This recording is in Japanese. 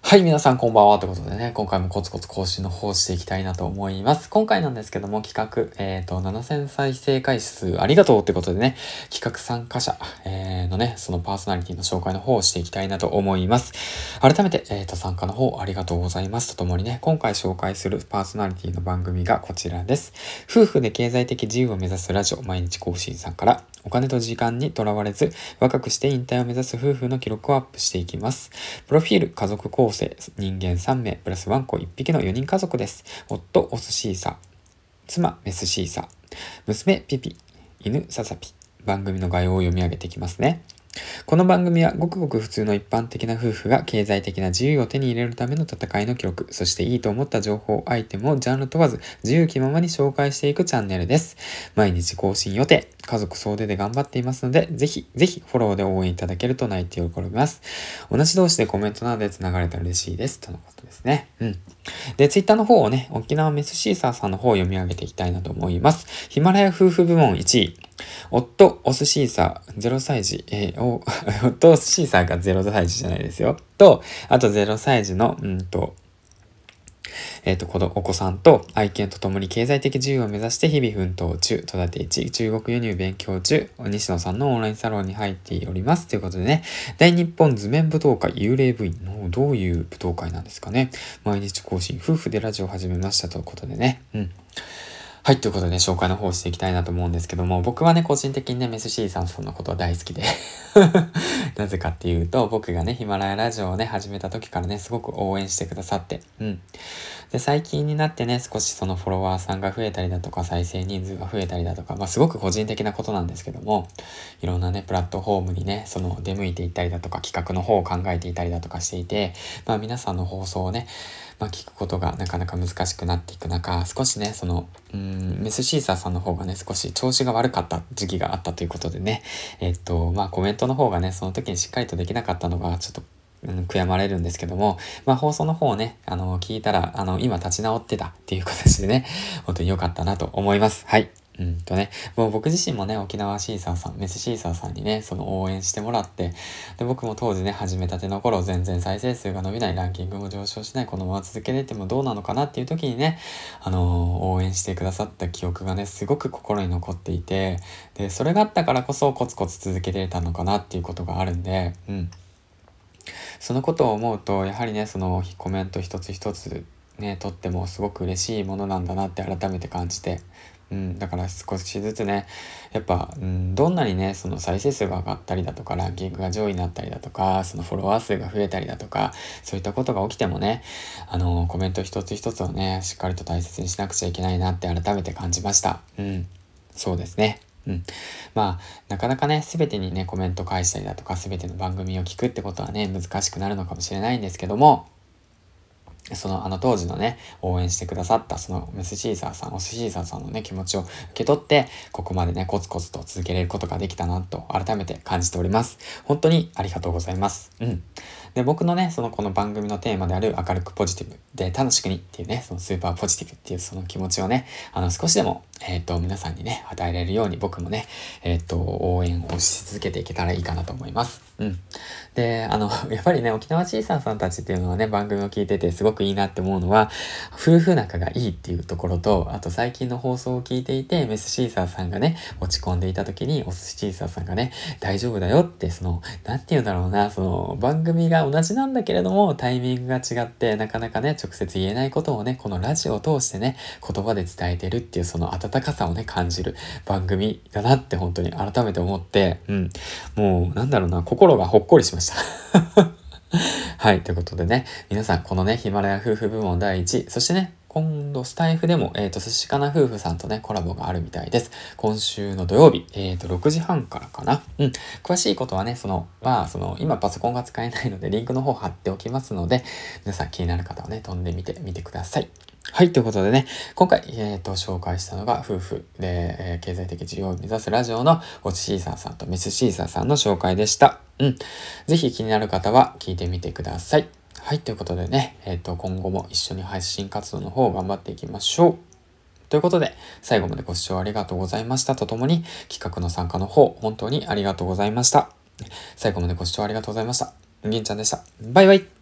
はい、皆さんこんばんはということでね、今回もコツコツ更新の方していきたいなと思います。今回なんですけども、企画、7000再生回数ありがとうってことでね、企画参加者、のね、そのパーソナリティの紹介の方をしていきたいなと思います。改めて、参加の方ありがとうございますとともにね、今回紹介するパーソナリティの番組がこちらです。夫婦で経済的自由を目指すラジオ毎日更新さんから、お金と時間にとらわれず、若くして引退を目指す夫婦の記録をアップしていきます。プロフィール、家族構成、人間3名、プラスワンコ1匹の4人家族です。夫、オスシーサ、妻、メスシーサ、娘、ピピ、犬、ササピ。番組の概要を読み上げていきますね。この番組はごくごく普通の一般的な夫婦が経済的な自由を手に入れるための戦いの記録、そしていいと思った情報、アイテムをジャンル問わず自由気ままに紹介していくチャンネルです。毎日更新予定、家族総出で頑張っていますので、ぜひぜひフォローで応援いただけると泣いて喜びます。同じ同士でコメントなどで繋がれたら嬉しいです。とのことですね。で、ツイッターの方をね、沖縄メスシーサーさんの方を読み上げていきたいなと思います。ヒマラヤ夫婦部門1位。夫、オスシーサー、0歳児、夫、オスシーサーが0歳児じゃないですよ。と、あと0歳児の、お子さんと愛犬と共に経済的自由を目指して日々奮闘中、戸建て1、中国輸入勉強中、西野さんのオンラインサロンに入っております。ということでね、大日本図面舞踏会幽霊部員のどういう舞踏会なんですかね。毎日更新、夫婦でラジオを始めましたということでね。はい、ということで、紹介の方をしていきたいなと思うんですけども、僕はね、個人的にね、メスシーさんのことは大好きでなぜかっていうと、僕がね、ヒマラヤラジオをね、始めた時からね、すごく応援してくださって、で、最近になってね、少しそのフォロワーさんが増えたりだとか、再生人数が増えたりだとか、すごく個人的なことなんですけども、いろんなね、プラットフォームにね、その出向いていったりだとか、企画の方を考えていたりだとかしていて、皆さんの放送をね、聞くことがなかなか難しくなっていく中、少しね、メスシーサーさんの方がね、少し調子が悪かった時期があったということでね、コメントの方がね、その時にしっかりとできなかったのが、ちょっと悔やまれるんですけども、放送の方をね、聞いたら、今立ち直ってたっていう形でね、本当に良かったなと思います。はい。もう僕自身もね、沖縄シーサーさん、メスシーサーさんにね、その応援してもらって、で、僕も当時ね、始めたての頃、全然再生数が伸びない、ランキングも上昇しない、このまま続けててもどうなのかなっていう時にね、応援してくださった記憶がね、すごく心に残っていて、で、それがあったからこそコツコツ続けてたのかなっていうことがあるんで、そのことを思うと、やはりね、そのコメント一つ一つね、とってもすごく嬉しいものなんだなって改めて感じて、だから少しずつね、やっぱ、どんなにね、その再生数が上がったりだとか、ランキングが上位になったりだとか、そのフォロワー数が増えたりだとか、そういったことが起きてもね、コメント一つ一つをね、しっかりと大切にしなくちゃいけないなって改めて感じました。そうですね。なかなかね、すべてにね、コメント返したりだとか、すべての番組を聞くってことはね、難しくなるのかもしれないんですけども、当時のね、応援してくださった、そのメスシーサーさん、オスシーサーさんのね、気持ちを受け取って、ここまでね、コツコツと続けれることができたなと、改めて感じております。本当にありがとうございます。で、僕のね、この番組のテーマである明るくポジティブで楽しくにっていうね、そのスーパーポジティブっていうその気持ちをね、少しでも、皆さんにね、与えられるように僕もね、応援をし続けていけたらいいかなと思います。で、やっぱりね、沖縄シーサーさんたちっていうのはね、番組を聞いててすごくいいなって思うのは、夫婦仲がいいっていうところと、あと最近の放送を聞いていて、メスシーサーさんがね、落ち込んでいた時に、オスシーサーさんがね、大丈夫だよって、なんて言うんだろうな、番組が同じなんだけれども、タイミングが違って、なかなかね、直接言えないことをね、このラジオを通してね、言葉で伝えてるっていうその温かさをね、感じる番組だなって本当に改めて思って、もう、なんだろうな、心がほっこりしました。はい。ということでね、皆さん、このね、ヒマラヤ夫婦部門第1位、そしてね、今度、スタイフでも、寿司かな夫婦さんとね、コラボがあるみたいです。今週の土曜日、6時半からかな。詳しいことはね、今パソコンが使えないので、リンクの方貼っておきますので、皆さん気になる方はね、飛んでみてみてください。はい。ということでね、今回、紹介したのが夫婦で、経済的自由を目指すラジオのオチシーサーさんとメスシーサーさんの紹介でした。ぜひ気になる方は聞いてみてください。はい。ということでね、今後も一緒に配信活動の方を頑張っていきましょう。ということで、最後までご視聴ありがとうございましたとともに、企画の参加の方、本当にありがとうございました。最後までご視聴ありがとうございました。銀ちゃんでした。バイバイ。